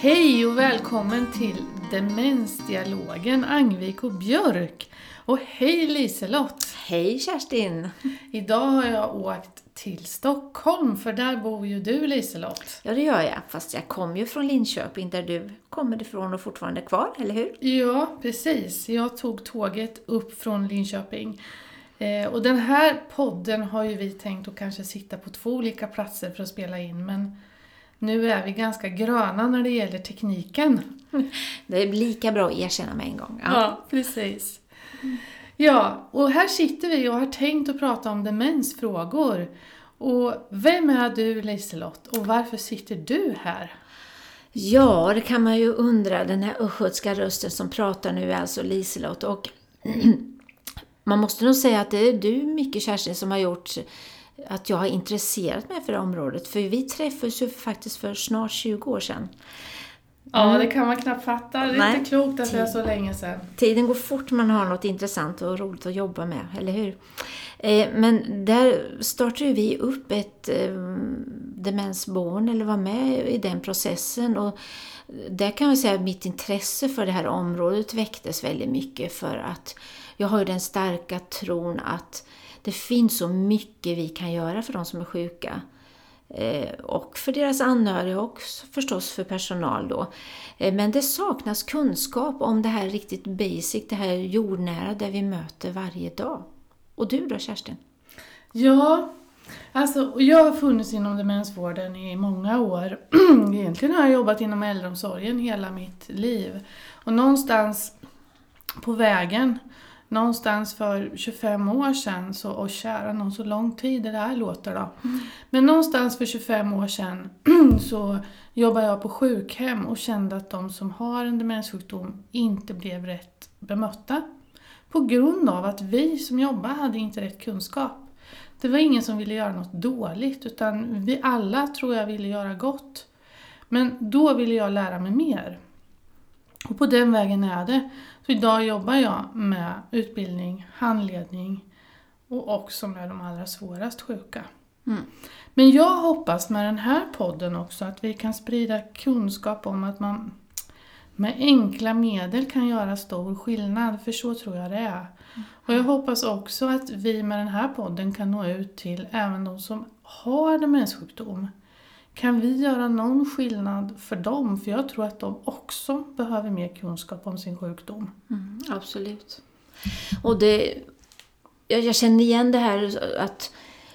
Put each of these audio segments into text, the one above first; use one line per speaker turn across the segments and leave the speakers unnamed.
Hej och välkommen till Demensdialogen Angvik och Björk. Och hej Liselott!
Hej Kerstin!
Idag har jag åkt till Stockholm, för där bor ju du Liselott.
Ja, det gör jag. Fast jag kom ju från Linköping där du kommer ifrån och fortfarande är kvar, eller hur?
Ja, precis. Jag tog tåget upp från Linköping. Och den här podden har ju vi tänkt att kanske sitta på 2 olika platser för att spela in, men nu är vi ganska gröna när det gäller tekniken.
Det är lika bra att erkänna med en gång.
Ja, precis. Ja, och här sitter vi och har tänkt att prata om demensfrågor. Och vem är du Liselott och varför sitter du här?
Ja, det kan man ju undra. Den här östgötska rösten som pratar nu är alltså Liselott. Och man måste nog säga att det är du mycket Kerstin som har gjort att jag har intresserat mig för det området. För vi träffades ju faktiskt för snart 20 år sedan.
Ja, det kan man knappt fatta. Det är inte klokt att det är så länge sedan.
Tiden går fort, man har något intressant och roligt att jobba med, eller hur? Men där startade vi upp ett demensboende, eller var med i den processen. Och där kan jag säga att mitt intresse för det här området väcktes väldigt mycket, för att jag har ju den starka tron att det finns så mycket vi kan göra för de som är sjuka. Och för deras anhöriga och förstås för personal då. Men det saknas kunskap om det här riktigt basic, det här jordnära där vi möter varje dag. Och du då Kerstin?
Ja, alltså jag har funnits inom demensvården i många år. Egentligen har jag jobbat inom äldreomsorgen hela mitt liv. Och någonstans på vägen, någonstans för 25 år sedan, och kära någon, så lång tid det här låter då. Men någonstans för 25 år sedan så jobbade jag på sjukhem och kände att de som har en demenssjukdom inte blev rätt bemötta. På grund av att vi som jobbar hade inte rätt kunskap. Det var ingen som ville göra något dåligt, utan vi alla tror jag ville göra gott. Men då ville jag lära mig mer. Och på den vägen är det. Så idag jobbar jag med utbildning, handledning och också med de allra svårast sjuka. Men jag hoppas med den här podden också att vi kan sprida kunskap om att man med enkla medel kan göra stor skillnad. För så tror jag det är. Och jag hoppas också att vi med den här podden kan nå ut till även de som har demenssjukdom. Kan vi göra någon skillnad för dem? För jag tror att de också behöver mer kunskap om sin sjukdom.
Absolut. Och jag känner igen det här att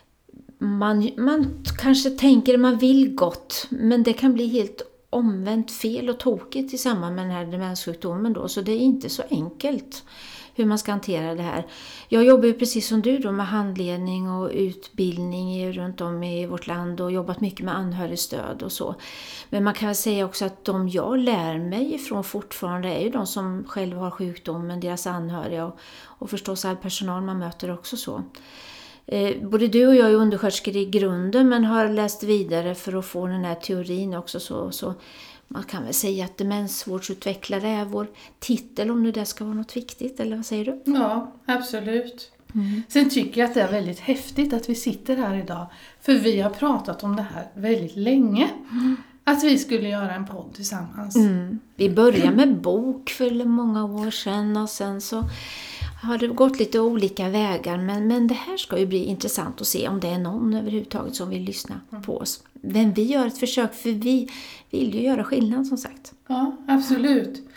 man kanske tänker man vill gott, men det kan bli helt omvänt fel och tokigt i samband med den här demenssjukdomen då. Så det är inte så enkelt hur man ska hantera det här. Jag jobbar ju precis som du då med handledning och utbildning runt om i vårt land och jobbat mycket med anhörigstöd och så. Men man kan väl säga också att de jag lär mig ifrån fortfarande är ju de som själva har sjukdomen, deras anhöriga och förstås all personal man möter också så. Både du och jag är undersköterskor i grunden, men har läst vidare för att få den här teorin också så man kan väl säga att demensvårdsutvecklare är vår titel, om nu det ska vara något viktigt, eller vad säger du?
Ja, absolut. Sen tycker jag att det är väldigt häftigt att vi sitter här idag. För vi har pratat om det här väldigt länge. Att vi skulle göra en podd tillsammans.
Vi började med bok för många år sedan och sen så har det gått lite olika vägar. Men det här ska ju bli intressant att se om det är någon överhuvudtaget som vill lyssna på oss. Men vi gör ett försök, för vi vill ju göra skillnad som sagt.
Ja, absolut.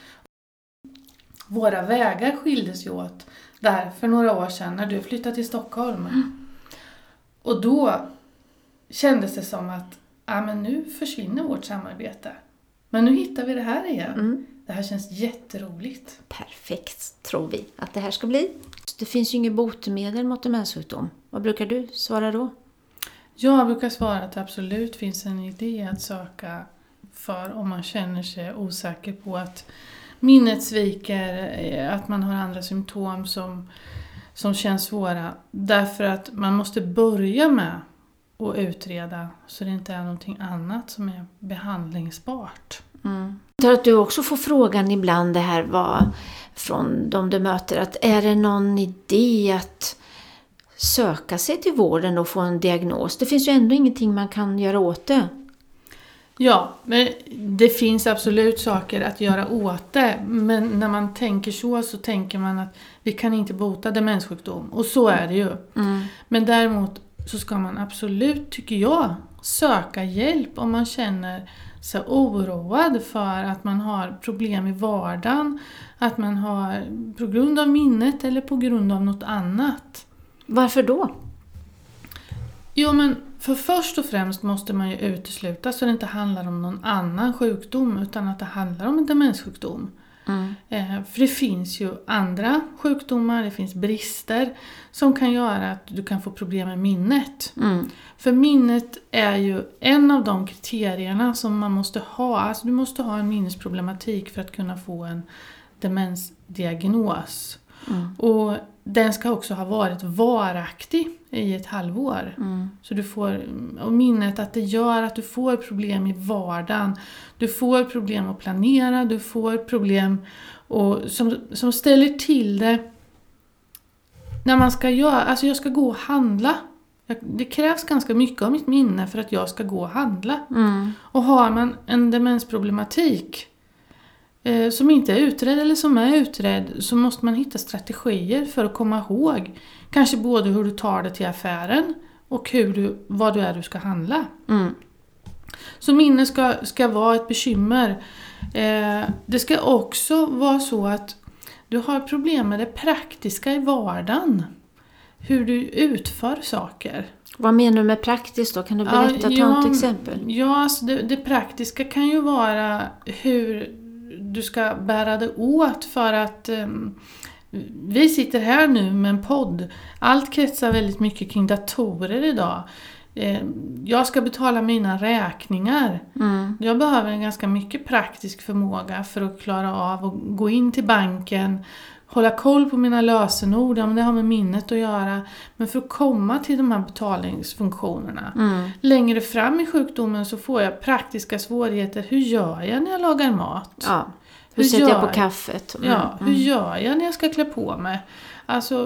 Våra vägar skildes ju åt där för några år sedan när du flyttade till Stockholm. Och då kändes det som att men nu försvinner vårt samarbete. Men nu hittar vi det här igen. Det här känns jätteroligt.
Perfekt, tror vi att det här ska bli. Det finns ju inget botemedel mot demenssjukdom. Vad brukar du svara då?
Jag brukar svara att det absolut finns en idé att söka för om man känner sig osäker på att minnet sviker, att man har andra symptom som känns svåra. Därför att man måste börja med att utreda så det inte är någonting annat som är behandlingsbart.
Jag tror att du också får frågan ibland det här från de du möter, att är det någon idé att söka sig till vården och få en diagnos? Det finns ju ändå ingenting man kan göra åt det.
Ja, men det finns absolut saker att göra åt det. Men när man tänker så tänker man att vi kan inte bota demenssjukdom. Och så är det ju. Men däremot så ska man absolut, tycker jag, söka hjälp om man känner sig oroad för att man har problem i vardagen. Att man har på grund av minnet eller på grund av något annat.
Varför då?
Jo, men för först och främst måste man ju utesluta så det inte handlar om någon annan sjukdom utan att det handlar om en demenssjukdom. För det finns ju andra sjukdomar, det finns brister som kan göra att du kan få problem med minnet. För minnet är ju en av de kriterierna som man måste ha. Alltså du måste ha en minnesproblematik för att kunna få en demensdiagnos. Och den ska också ha varit varaktig i ett halvår. Så du får, och minnet att det gör att du får problem i vardagen. Du får problem att planera, du får problem och som ställer till det när man ska göra, alltså jag ska gå och handla. Det krävs ganska mycket av mitt minne för att jag ska gå och handla. Och har man en demensproblematik som inte är utredd eller som är utredd så måste man hitta strategier för att komma ihåg. Kanske både hur du tar det till affären och vad du ska handla. Så minne ska vara ett bekymmer. Det ska också vara så att du har problem med det praktiska i vardagen. Hur du utför saker.
Vad menar du med praktiskt då? Kan du berätta, ta ett exempel?
Ja, alltså det praktiska kan ju vara hur du ska bära det åt för att vi sitter här nu med en podd. Allt kretsar väldigt mycket kring datorer idag. Jag ska betala mina räkningar. Jag behöver en ganska mycket praktisk förmåga för att klara av att gå in till banken, hålla koll på mina lösenord, ja, men det har med minnet att göra. Men för att komma till de här betalningsfunktionerna. Längre fram i sjukdomen så får jag praktiska svårigheter. Hur gör jag när jag lagar mat?
Ja. Hur sätter jag på kaffet?
Hur gör jag när jag ska klä på mig? Alltså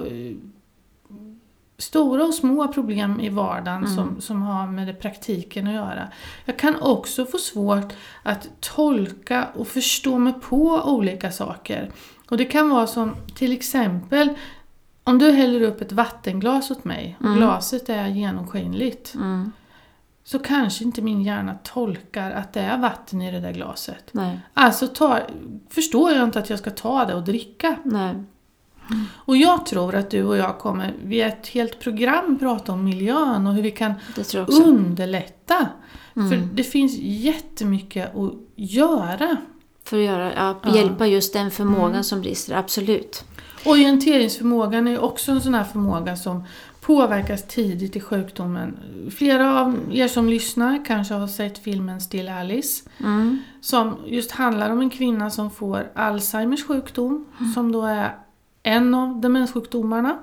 stora och små problem i vardagen som har med det praktiken att göra. Jag kan också få svårt att tolka och förstå mig på olika saker. Och det kan vara som till exempel om du häller upp ett vattenglas åt mig och glaset är genomskinligt. Så kanske inte min hjärna tolkar att det är vatten i det där glaset.
Nej.
Alltså förstår jag inte att jag ska ta det och dricka.
Nej.
Och jag tror att du och jag kommer via ett helt program prata om miljön och hur vi kan underlätta. För det finns jättemycket att göra.
För att hjälpa just den förmågan som brister, absolut.
Orienteringsförmågan är också en sån här förmåga som påverkas tidigt i sjukdomen. Flera av er som lyssnar kanske har sett filmen Still Alice. Som just handlar om en kvinna som får Alzheimers sjukdom. Som då är en av demenssjukdomarna.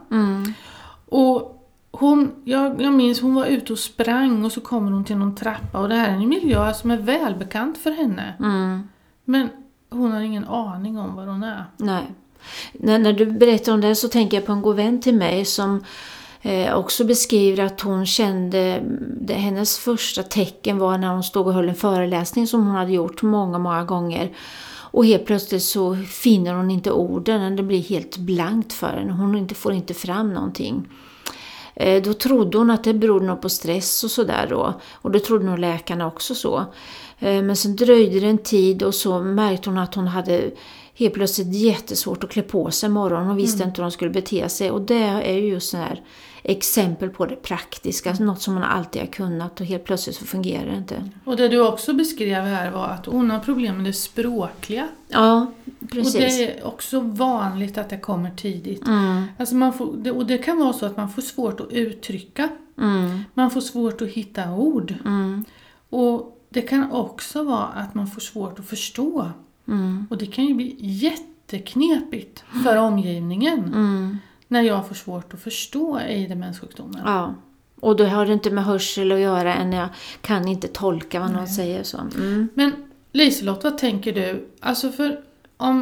Och jag minns hon var ute och sprang och så kommer hon till någon trappa. Och det här är en miljö som är välbekant för henne. Men hon har ingen aning om vad hon är.
Nej. När du berättar om det så tänker jag på en god vän till mig som också beskriver att hon kände hennes första tecken var när hon stod och höll en föreläsning som hon hade gjort många gånger. Och helt plötsligt så finner hon inte orden, det blir helt blankt för henne. Hon får inte fram någonting. Då trodde hon att det berodde nog på stress och sådär då. Och då trodde nog läkarna också så. Men sen dröjde det en tid och så märkte hon att hon hade helt plötsligt jättesvårt att klä på sig imorgon. Hon visste inte hur hon skulle bete sig. Och det är ju just så här exempel på det praktiska. Något som man alltid har kunnat och helt plötsligt så fungerar det inte.
Och det du också beskrev här var att hon har problem med det språkliga.
Ja, precis.
Och det är också vanligt att det kommer tidigt. Alltså och det kan vara så att man får svårt att uttrycka. Man får svårt att hitta ord. Och det kan också vara att man får svårt att förstå. Och det kan ju bli jätteknepigt för omgivningen. När jag får svårt att förstå i demenssjukdomen.
Ja, och då har det inte med hörsel att göra än jag kan inte tolka vad någon säger så.
Men Liselott, vad tänker du? Alltså för om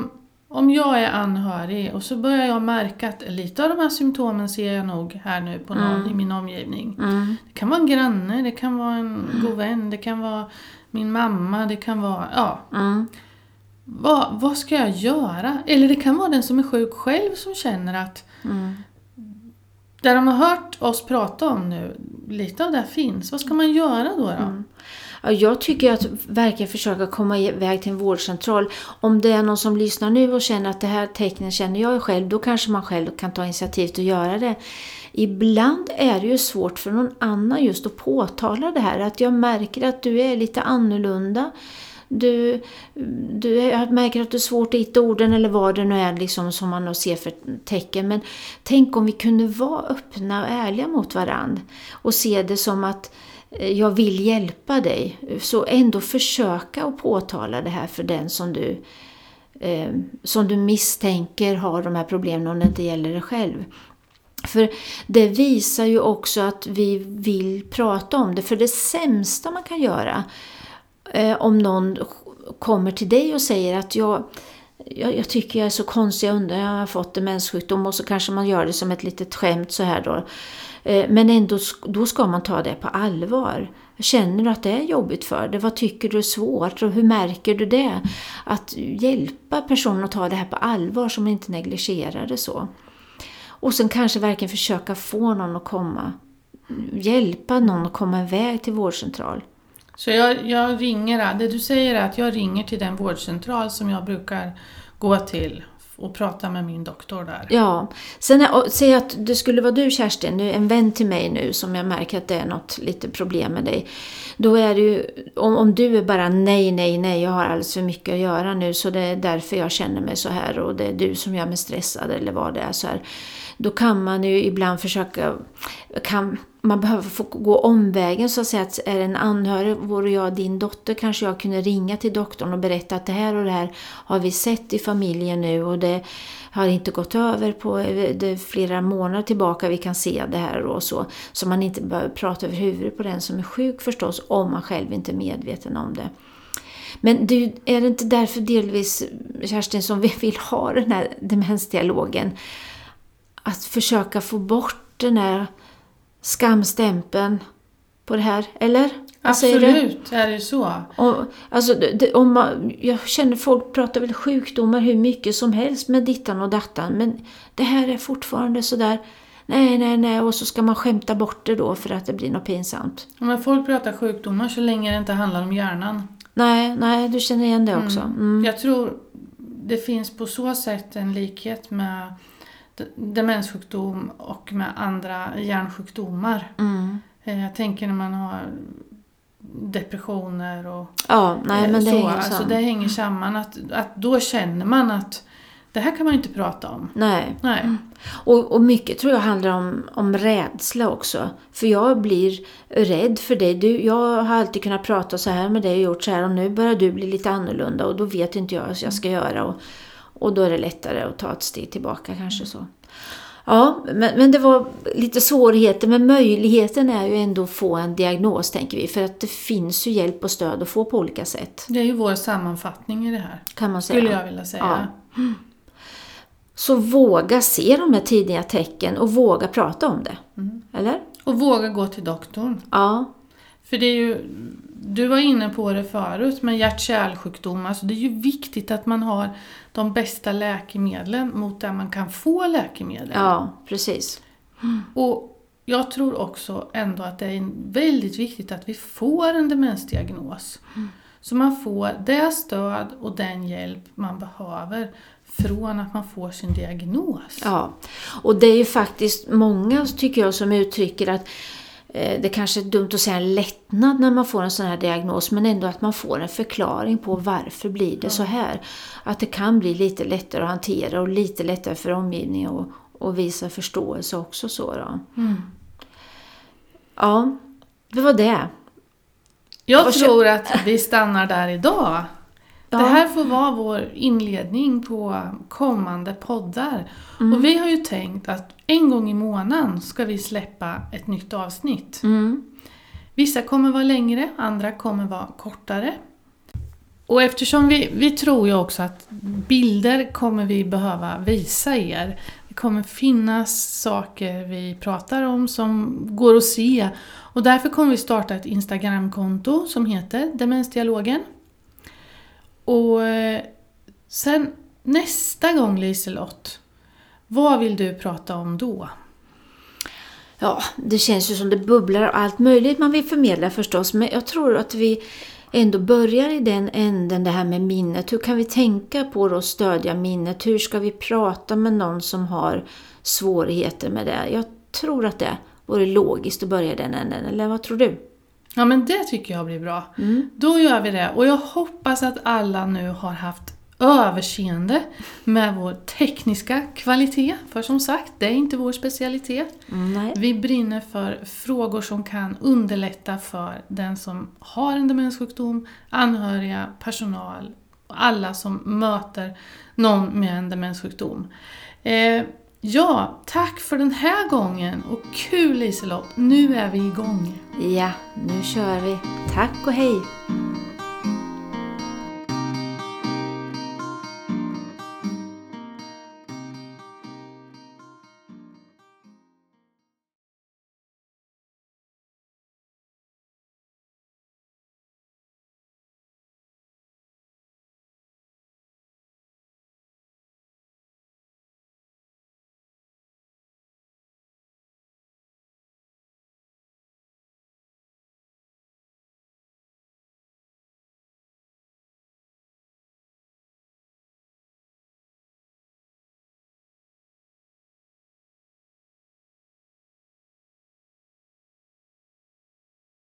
om jag är anhörig och så börjar jag märka att lite av de här symptomen ser jag nog här nu på någon i min omgivning. Det kan vara en granne, det kan vara en god vän, det kan vara min mamma, det kan vara, vad ska jag göra? Eller det kan vara den som är sjuk själv som känner att där de har hört oss prata om nu, lite av det finns. Vad ska man göra då?
Ja, jag tycker att verkligen försöka komma iväg till en vårdcentral. Om det är någon som lyssnar nu och känner att det här tecknen känner jag själv, då kanske man själv kan ta initiativ till att göra det. Ibland är det ju svårt för någon annan just att påtala det här. Att jag märker att du är lite annorlunda. Jag märker att det är svårt att hitta orden eller vad det nu är liksom som man ser för tecken. Men tänk om vi kunde vara öppna och ärliga mot varandra och se det som att jag vill hjälpa dig. Så ändå försöka att påtala det här för den som du misstänker har de här problemen om det inte gäller dig själv. För det visar ju också att vi vill prata om det. För det sämsta man kan göra om någon kommer till dig och säger att jag tycker jag är så konstig, jag undrar, jag har fått demenssjukdom, och så kanske man gör det som ett litet skämt så här då. Men ändå, då ska man ta det på allvar. Känner du att det är jobbigt för dig? Vad tycker du är svårt? Och hur märker du det? Att hjälpa personen att ta det här på allvar, som inte negligerar det så. Och sen kanske verkligen försöka få någon att hjälpa någon att komma iväg till vårdcentral.
Så jag ringer, det du säger är att jag ringer till den vårdcentral som jag brukar gå till och prata med min doktor där.
Ja, sen säg att det skulle vara du, Kerstin, en vän till mig nu som jag märker att det är något lite problem med dig. Då är det ju, om du är bara nej, jag har alldeles för mycket att göra nu så det är därför jag känner mig så här och det är du som gör mig stressad eller vad det är så här. Då kan man ju ibland försöka, man behöver få gå omvägen så att säga, att är en anhörig, vore jag din dotter, kanske jag kunde ringa till doktorn och berätta att det här och det här har vi sett i familjen nu och det har inte gått över på det flera månader tillbaka, vi kan se det här och så man inte behöver prata över huvudet på den som är sjuk förstås, om man själv inte är medveten om det. Men är det inte därför delvis, Kerstin, som vi vill ha den här demensdialogen? Att försöka få bort den här skamstämpeln på det här, eller?
Absolut, är det så.
Jag känner folk pratar väl sjukdomar hur mycket som helst med dittan och dattan, men det här är fortfarande så där. Nej, och så ska man skämta bort det då för att det blir något pinsamt.
Men folk pratar sjukdomar så länge det inte handlar om hjärnan.
Nej, du känner igen det också.
Jag tror det finns på så sätt en likhet med demenssjukdom och med andra hjärnsjukdomar. Jag tänker när man har depressioner och
men det
så.
hänger
alltså det hänger samman att då känner man att det här kan man inte prata om.
Nej. Och mycket tror jag handlar om rädsla också. För jag blir rädd för dig. Jag har alltid kunnat prata så här med dig och gjort så här. Och nu börjar du bli lite annorlunda. Och då vet inte jag vad jag ska göra. Och då är det lättare att ta ett steg tillbaka kanske så. Ja, men det var lite svårigheter. Men möjligheten är ju ändå att få en diagnos, tänker vi. För att det finns ju hjälp och stöd att få på olika sätt.
Det är ju vår sammanfattning i det här.
Kan man säga.
Skulle jag vilja säga.
Ja. Så våga se de här tidiga tecken och våga prata om det. Eller?
Och våga gå till doktorn.
Ja.
För det är ju, du var inne på det förut med hjärt-kärlsjukdomar. Alltså det är ju viktigt att man har de bästa läkemedlen mot där man kan få läkemedel.
Ja, precis.
Och jag tror också ändå att det är väldigt viktigt att vi får en demensdiagnos. Så man får det stöd och den hjälp man behöver från att man får sin diagnos.
Ja, och det är ju faktiskt många, tycker jag, som uttrycker att det kanske är dumt att säga en lättnad när man får en sån här diagnos, men ändå att man får en förklaring på varför blir det så här. Att det kan bli lite lättare att hantera och lite lättare för omgivningen och visa förståelse också så då. Ja, det var det.
Jag tror att vi stannar där idag. Ja. Det här får vara vår inledning på kommande poddar. Och vi har ju tänkt att en gång i månaden ska vi släppa ett nytt avsnitt. Vissa kommer vara längre, andra kommer vara kortare. Och eftersom vi tror ju också att bilder kommer vi behöva visa er. Det kommer finnas saker vi pratar om som går att se. Och därför kommer vi starta ett Instagramkonto som heter Demensdialogen. Och sen nästa gång, Liselott, vad vill du prata om då?
Ja, det känns ju som det bubblar och allt möjligt man vill förmedla förstås. Men jag tror att vi ändå börjar i den änden, det här med minnet. Hur kan vi tänka på det och stödja minnet? Hur ska vi prata med någon som har svårigheter med det? Jag tror att det vore logiskt att börja i den änden. Eller vad tror du?
Ja, men det tycker jag blir bra. Då gör vi det. Och jag hoppas att alla nu har haft överseende med vår tekniska kvalitet. För som sagt, det är inte vår specialitet.
Nej.
Vi brinner för frågor som kan underlätta för den som har en demenssjukdom, anhöriga, personal och alla som möter någon med en demenssjukdom. Ja, tack för den här gången och kul Liselott, nu är vi igång.
Ja, nu kör vi. Tack och hej!